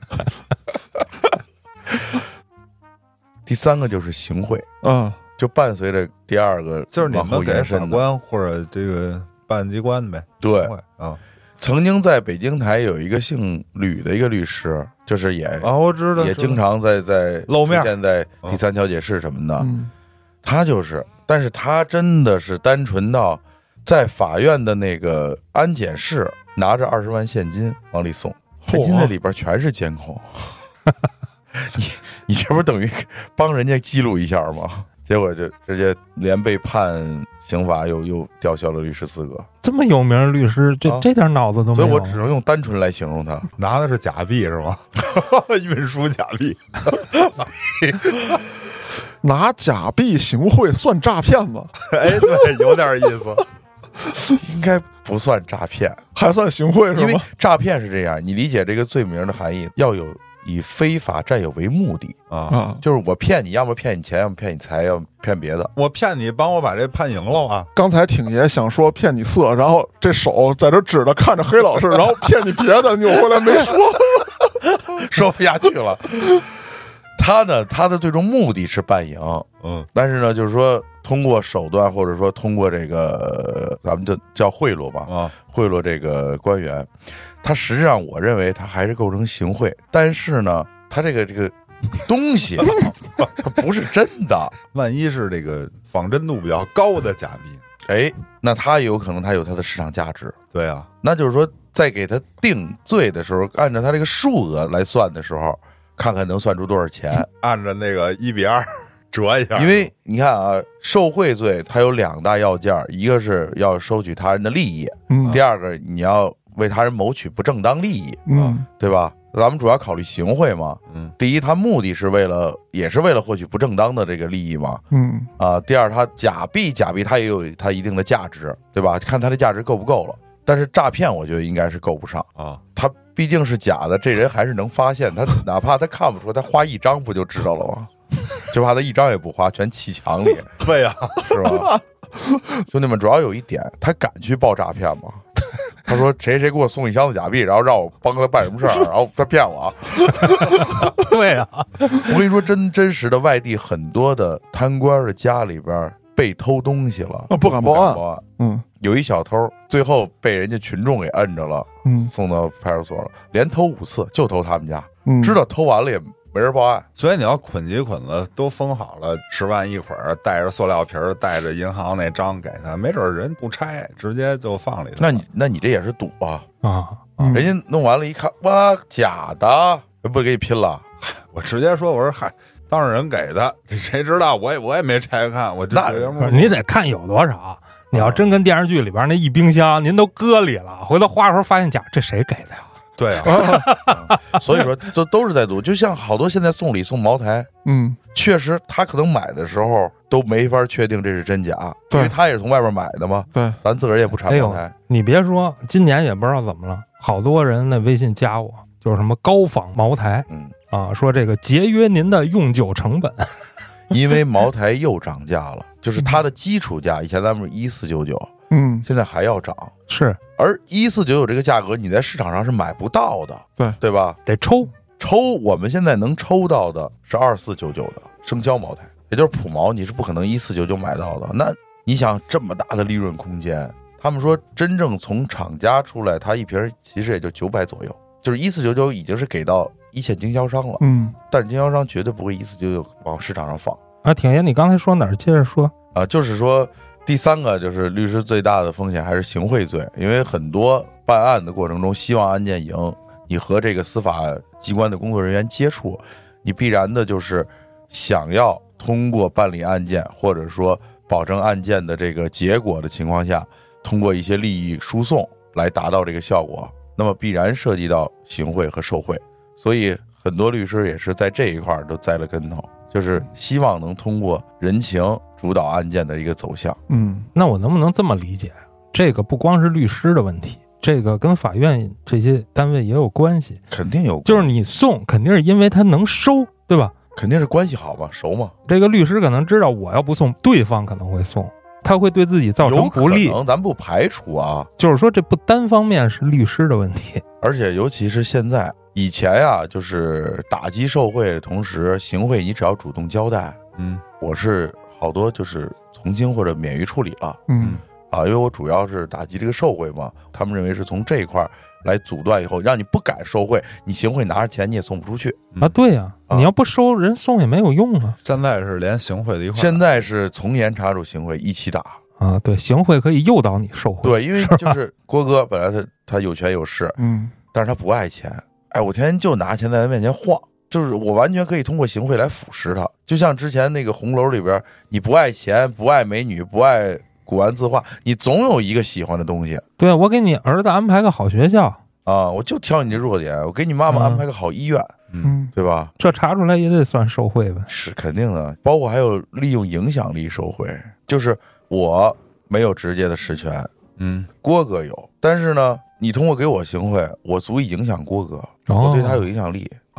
S3: 第3个就是行贿，就伴随着第2个，
S4: 就是你们给法官或者这个办案机关呗。
S3: 对啊。曾经在北京台有一个姓吕的一个律师，就是
S4: 我知道，
S3: 也经常在
S4: 露面，
S3: 现在第3调解室什么的，他就是，但是他真的是单纯到在法院的那个安检室拿着20万现金往里送，现金那里边全是监控，你这不等于帮人家记录一下吗？结果就直接连被判刑罚又吊销了律师资格。
S2: 这么有名的律师，这点脑子都没有。
S3: 所以我只能用单纯来形容他，
S4: 拿的是假币是吗？运输假币。
S1: 拿假币行贿算诈骗吗？
S4: 哎，对，有点意思。
S3: 应该不算诈骗，
S1: 还算行贿是吗？
S3: 因为诈骗是这样，你理解这个罪名的含义，要有以非法占有为目的
S4: 啊，
S3: 就是我骗你，要么骗你钱，要么骗你财，要么骗别的。
S4: 我骗你，帮我把这判赢了啊！
S1: 刚才挺爷想说骗你色，然后这手在这指着看着黑老师，然后骗你别的，扭回来没说，
S3: 说不下去了。他呢，他的最终目的是办赢，但是呢，就是说通过手段，或者说通过这个，咱们就叫贿赂吧，贿赂这个官员，他实际上我认为他还是构成行贿，但是呢，他这个东西它不是真的，
S4: 万一是这个仿真度比较高的假币，
S3: 哎，那他有可能他有他的市场价值，
S4: 对啊，
S3: 那就是说在给他定罪的时候，按照他这个数额来算的时候，看看能算出多少钱，
S4: 按照那个1:2折一下。
S3: 因为你看啊，受贿罪它有2大要件，一个是要收取他人的利益，第二个你要为他人谋取不正当利益，对吧？咱们主要考虑行贿嘛，第一，他目的是也是为了获取不正当的这个利益嘛，第二，他假币它也有它一定的价值，对吧？看它的价值够不够了。但是诈骗我觉得应该是够不上啊，他毕竟是假的，这人还是能发现，他哪怕他看不出，他花1张不就知道了吗？就怕他1张也不花，全砌墙里，
S4: 对呀，
S3: 是吧？兄弟们，主要有一点，他敢去报诈骗吗？他说谁给我送1箱子假币，然后让我帮他办什么事儿，然后他骗我。
S2: 对啊，
S3: 我跟你说，真实的外地很多的贪官的家里边被偷东西了，
S1: 不敢报案。
S3: 有一小偷，最后被人家群众给摁着了，送到派出所了，连偷5次，就偷他们家，知道偷完了也没人报案。
S4: 所以你要捆几捆子都封好了，10万一捆，带着塑料皮儿，带着银行那章给他，没准人不拆，直接就放里头。
S3: 那你这也是赌啊！人家弄完了一看，哇，假的，不给你拼了。
S4: 我直接说，我说嗨，当事人给的，谁知道？我也没拆开看，我
S2: 那你得看有多少。你要真跟电视剧里边那一冰箱您都搁里了，回头花时候发现假，这谁给的呀？
S4: 对啊，
S3: 所以说这都是在赌。就像好多现在送礼送茅台，确实他可能买的时候都没法确定这是真假，因为他也是从外边买的嘛。
S1: 对，
S3: 咱自个儿也不产茅台。
S2: 你别说，今年也不知道怎么了，好多人那微信加我，就是什么高仿茅台，说这个节约您的用酒成本。
S3: 因为茅台又涨价了，就是它的基础价，以前咱们是1499，现在还要涨，
S2: 是，
S3: 而1499这个价格你在市场上是买不到的，对吧？
S2: 得抽，
S3: 我们现在能抽到的是2499的生肖茅台，也就是普茅，你是不可能1499买到的。那你想这么大的利润空间，他们说真正从厂家出来，它一瓶其实也就900左右，就是1499已经是给到1线经销商了，但是经销商绝对不会1499往市场上放。
S2: 挺爷，你刚才说哪儿？接着说
S3: 就是说第3个就是律师最大的风险还是行贿罪，因为很多办案的过程中，希望案件赢，你和这个司法机关的工作人员接触，你必然的就是想要通过办理案件，或者说保证案件的这个结果的情况下，通过一些利益输送来达到这个效果，那么必然涉及到行贿和受贿，所以很多律师也是在这一块都栽了跟头，就是希望能通过人情主导案件的一个走向。
S2: 那我能不能这么理解？这个不光是律师的问题，这个跟法院这些单位也有关系。
S3: 肯定有关系，
S2: 就是你送肯定是因为他能收，对吧？
S3: 肯定是关系好嘛，熟嘛。
S2: 这个律师可能知道我要不送，对方可能会送，他会对自己造成不利。
S3: 有可能，咱不排除啊。
S2: 就是说，这不单方面是律师的问题，
S3: 而且尤其是现在，以前呀，就是打击受贿的同时，行贿你只要主动交代，我是好多就是从轻或者免于处理了，因为我主要是打击这个受贿嘛，他们认为是从这一块来阻断以后，让你不敢受贿，你行贿拿着钱你也送不出去
S2: 啊。对呀，你要不收人送也没有用啊。
S4: 现在是连行贿的一块，
S3: 现在是从严查处行贿一起打
S2: 啊。对，行贿可以诱导你受贿。
S3: 对，因为就是郭哥本来他有权有势，但是他不爱钱，我天天就拿钱在他面前晃。就是我完全可以通过行贿来腐蚀他，就像之前那个红楼里边，你不爱钱，不爱美女，不爱古玩字画，你总有一个喜欢的东西。
S2: 对，我给你儿子安排个好学校
S3: 啊，我就挑你这弱点，我给你妈妈安排个好医院，对吧？
S2: 这查出来也得算受贿呗？
S3: 是肯定的，包括还有利用影响力受贿，就是我没有直接的实权，郭哥有，但是呢，你通过给我行贿，我足以影响郭哥，我对他有影响力啊。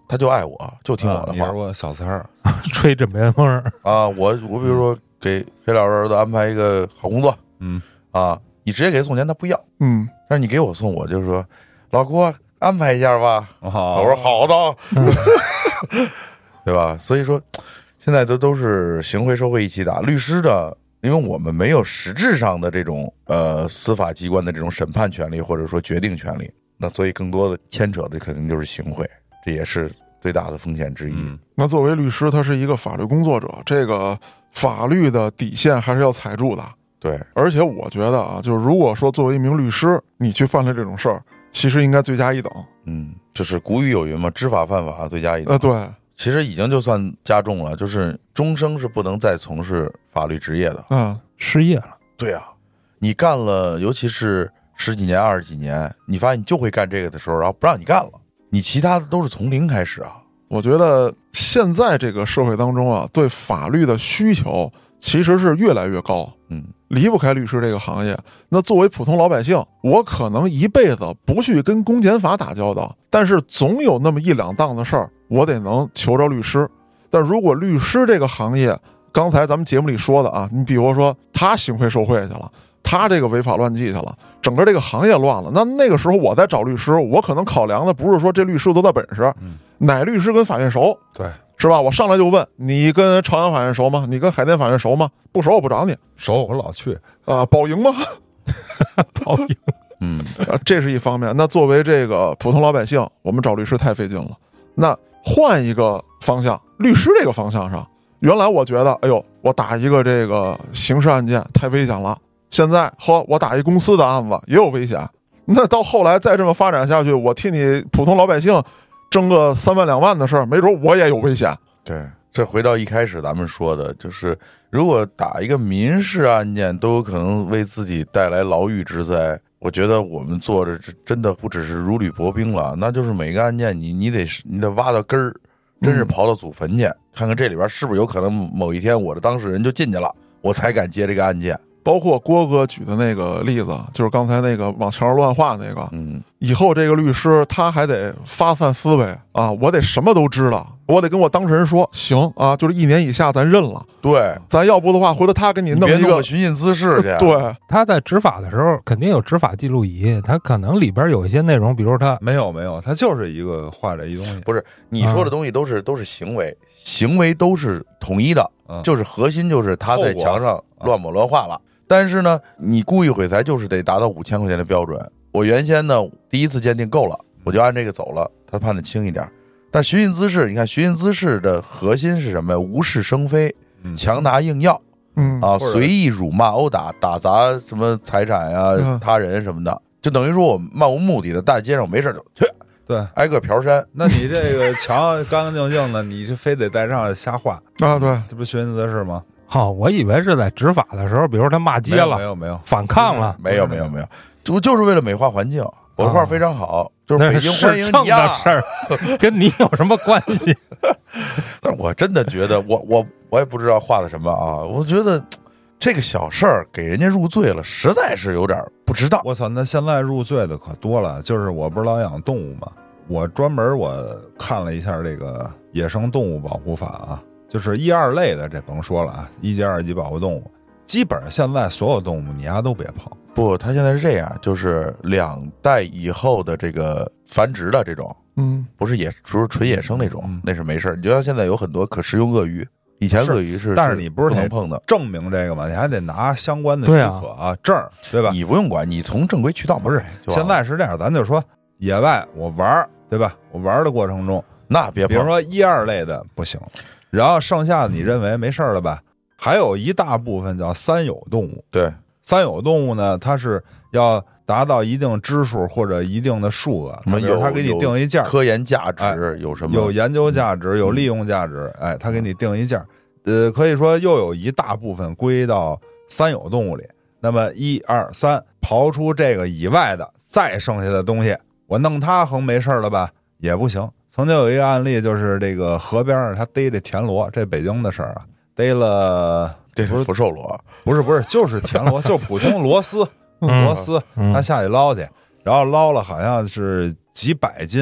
S3: 他就爱我，就听我的话
S4: 你是我小三儿，
S2: 吹枕边风儿。
S3: 啊。我比如说给黑老师儿子安排一个好工作，啊，你直接给送钱他不要，但是你给我送，我就说老郭安排一下吧。我说好的，对吧？所以说现在都是行贿受贿一起打，律师的。因为我们没有实质上的这种司法机关的这种审判权利或者说决定权利，那所以更多的牵扯的肯定就是行贿，这也是最大的风险之一。
S1: 那作为律师，他是一个法律工作者，这个法律的底线还是要踩住的。
S3: 对，
S1: 而且我觉得啊，就是如果说作为一名律师，你去犯了这种事儿，其实应该罪加一等。
S3: 就是古语有云嘛，知法犯法，罪加一等。
S1: 对。
S3: 其实已经就算加重了，就是终生是不能再从事法律职业的。
S2: 失业了。
S3: 对啊，你干了，尤其是10几年、20几年，你发现你就会干这个的时候，然后不让你干了，你其他的都是从零开始啊。
S1: 我觉得现在这个社会当中啊，对法律的需求其实是越来越高。离不开律师这个行业。那作为普通老百姓，我可能一辈子不去跟公检法打交道，但是总有那么一两档的事儿，我得能求着律师。但如果律师这个行业，刚才咱们节目里说的啊，你比如说他行贿受贿去了，他这个违法乱纪去了，整个这个行业乱了，那个时候我在找律师，我可能考量的不是说这律师有多大本事，哪律师跟法院熟，
S4: 对，
S1: 是吧？我上来就问你跟朝阳法院熟吗？你跟海淀法院熟吗？不熟我不找你。
S4: 熟我老去
S1: 保赢吗？
S2: 保赢。
S1: 这是一方面。那作为这个普通老百姓，我们找律师太费劲了。那换一个方向，律师这个方向上，原来我觉得，哎呦，我打一个这个刑事案件太危险了。现在我打一公司的案子也有危险。那到后来再这么发展下去，我替你普通老百姓挣个3万2万的事儿，没准我也有危险。
S3: 对，这回到一开始咱们说的，就是如果打一个民事案件都有可能为自己带来牢狱之灾，我觉得我们做的真的不只是如履薄冰了，那就是每个案件你得挖到根儿，真是刨到祖坟去，看看这里边是不是有可能某一天我的当事人就进去了，我才敢接这个案件。
S1: 包括郭哥举的那个例子，就是刚才那个往墙上乱画那个，以后这个律师他还得发散思维啊，我得什么都知道，我得跟我当事人说，行啊，就是1年以下咱认了，
S3: 对，
S1: 咱要不的话，回头他给你弄一个
S3: 寻衅滋事去。
S1: 对，
S2: 他在执法的时候肯定有执法记录仪，他可能里边有一些内容，比如他
S4: 没有，他就是一个画着一东西。
S3: 不是你说的东西都是行为，行为都是统一的，就是核心就是他在墙上乱抹乱画了。但是呢，你故意毁财就是得达到5000块钱的标准。我原先呢第一次鉴定够了，我就按这个走了，他判的轻一点。但寻衅滋事，你看寻衅滋事的核心是什么呀？无事生非，强拿硬要，随意辱骂、殴打、打砸什么财产呀、他人什么的，就等于说我漫无目的的大街上没事就去，
S4: 对，
S3: 挨个嫖山。
S4: 那你这个墙干干净净的，你就非得在上瞎画
S1: 啊？对，
S4: 这不寻衅滋事吗？
S2: 我以为是在执法的时候，比如他骂街了，
S4: 没有
S2: 反抗了，
S3: 没有，就是为了美化环境。我的画非常好，就是北京欢迎你呀，
S2: 事儿跟你有什么关系？
S3: 但我真的觉得，我也不知道画的什么啊，我觉得这个小事儿给人家入罪了，实在是有点不知道。
S4: 我操，那现在入罪的可多了。就是我不是老养动物嘛，我专门看了一下这个野生动物保护法啊。就是1、2类的，这甭说了啊，1级、2级保护动物，基本上现在所有动物你丫都别碰。
S3: 不，它现在是这样，就是2代以后的这个繁殖的这种，不是纯野生那种，那是没事。你就像现在有很多可食用鳄鱼，以前鳄鱼
S4: 但是你不是
S3: 能碰的，
S4: 证明这个嘛，你还得拿相关的许可证，对吧？
S3: 你不用管，你从正规渠道
S4: 不是。现在是这样，咱就说野外我玩，对吧？我玩的过程中，
S3: 那别碰，
S4: 比如说1、2类的不行。然后剩下的你认为没事了吧？还有一大部分叫三有动物。
S3: 对，
S4: 三有动物呢，它是要达到一定支数或者一定的数额，它给你定一价，
S3: 科研价值有什么？
S4: 有研究价值，有利用价值，它给你定一价。可以说又有一大部分归到三有动物里。那么1、2、3，刨出这个以外的，再剩下的东西，我弄它横没事了吧？也不行。曾经有一个案例，就是这个河边上他逮这田螺，这北京的事儿啊，逮了，
S3: 这是福寿螺，
S4: 不是，就是田螺，就是普通螺丝，他下去捞去，然后捞了好像是几百斤，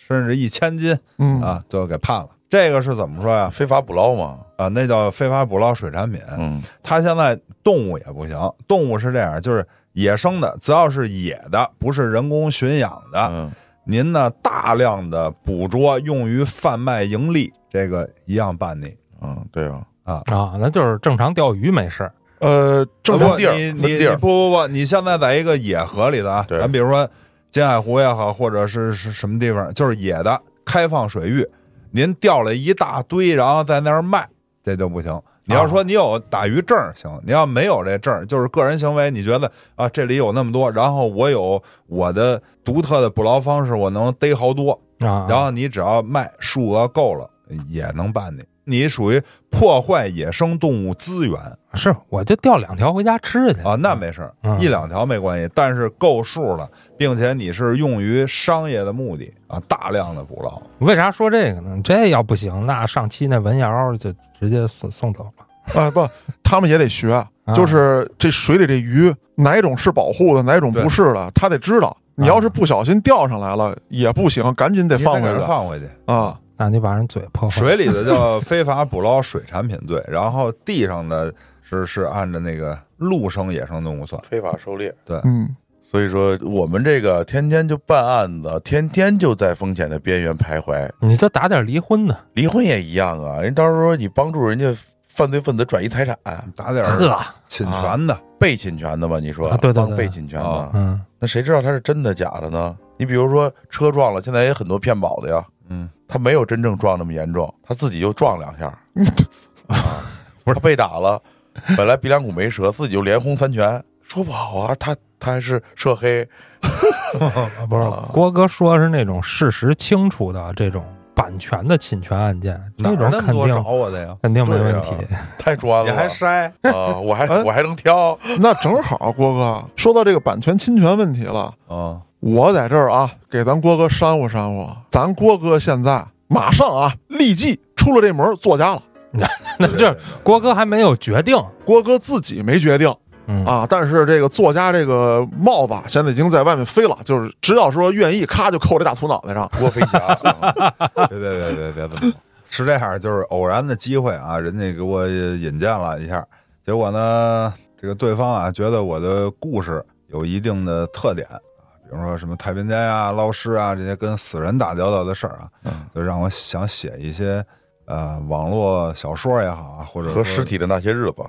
S4: 甚至1000斤啊，就给判了。这个是怎么说呀？
S3: 非法捕捞嘛，
S4: 啊，那叫非法捕捞水产品。它现在动物也不行，动物是这样，就是野生的，只要是野的，不是人工驯养的，您呢大量的捕捉用于贩卖盈利，这个一样办你。
S3: 对啊，
S2: 那就是正常钓鱼没事。
S1: 正常
S3: 地儿，
S4: 你不，你现在在一个野河里的啊，咱比如说金海湖也好，或者是什么地方，就是野的开放水域，您钓了一大堆，然后在那儿卖，这就不行。你要说你有打鱼证行，你要没有这证，就是个人行为，你觉得啊这里有那么多，然后我有我的独特的捕捞方式，我能逮好多然后你只要卖数额够了，也能办你。你属于破坏野生动物资源，
S2: 是我就钓2条回家吃去
S4: 啊，那没事，1、2条没关系，但是够数了，并且你是用于商业的目的啊，大量的捕捞。
S2: 为啥说这个呢？这要不行，那上期那文瑶就直接送走了。
S1: 不，他们也得学，就是这水里这鱼哪种是保护的，哪种不是的，他得知道。你要是不小心钓上来了也不行，赶紧得放回去啊。
S2: 那你把人嘴破坏。
S4: 水里的叫非法捕捞水产品罪，然后地上的是按照那个陆生野生动物算，
S3: 非法狩猎。
S4: 对，
S3: 所以说我们这个天天就办案子，天天就在风险的边缘徘徊。
S2: 你再打点离婚呢？
S3: 离婚也一样啊，人到时候你帮助人家犯罪分子转移财产，
S4: 打点侵权的、
S3: 被侵权的嘛？你说
S2: 对，
S3: 被侵权的，那谁知道他是真的假的呢？你比如说车撞了，现在也很多骗保的呀。他没有真正撞那么严重，他自己就撞2下，不是他被打了，本来鼻梁骨没折，自己就连轰3拳，说不好啊，他还是涉黑，
S2: 不是郭哥说是那种事实清楚的这种版权的侵权案件，这种肯定
S4: 找我的呀，
S2: 肯定没问题，
S3: 太专了，
S4: 你还筛
S3: 啊，我还能挑，
S1: 那正好，郭哥说到这个版权侵权问题了我在这儿啊，给咱郭哥煽乎煽乎，咱郭哥现在马上啊，立即出了这门作家了。
S2: 那这郭哥还没有决定，
S1: 郭哥自己没决定但是这个作家这个帽子现在已经在外面飞了，就是只要说愿意，咔就扣这大秃脑袋上，
S3: 郭飞侠。
S4: 别是这样，就是偶然的机会啊，人家给我引荐了一下，结果呢，这个对方啊觉得我的故事有一定的特点。比如说什么太平间啊、捞尸啊这些跟死人打交道的事儿啊，就让我想写一些网络小说也好啊，或者
S3: 和尸体的那些日子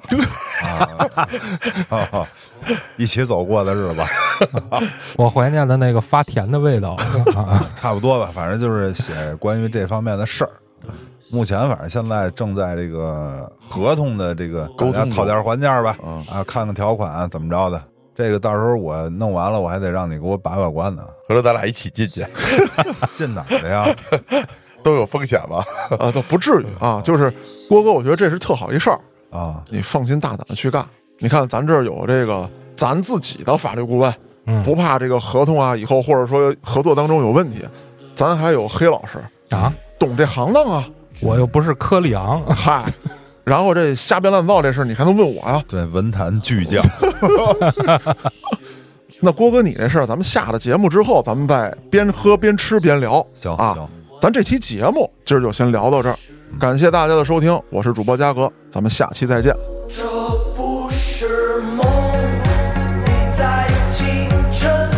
S4: 一起走过的日子
S2: 我怀念的那个发甜的味道
S4: 差不多吧，反正就是写关于这方面的事儿。目前反正现在正在这个合同的这个沟通讨价还价吧，看看条款怎么着的。这个到时候我弄完了，我还得让你给我把关呢。
S3: 合着咱俩一起进去，
S4: 进哪儿的呀？
S3: 都有风险吧？
S1: 都不至于啊。就是郭哥，我觉得这是特好一事儿
S4: 啊，
S1: 你放心大胆的去干。你看咱这儿有这个咱自己的法律顾问，不怕这个合同啊以后或者说合作当中有问题，咱还有黑老师
S2: 啊，
S1: 懂这行当啊。
S2: 我又不是柯里昂，
S1: 嗨。然后这瞎编乱造这事你还能问我呀？
S4: 对，文坛巨匠。
S1: 那郭哥，你这事儿咱们下了节目之后，咱们再边喝边吃边聊。
S4: 行
S1: 啊，咱这期节目今儿就先聊到这儿，感谢大家的收听，我是主播嘉哥，咱们下期再见。
S5: 这不是梦，你在清晨。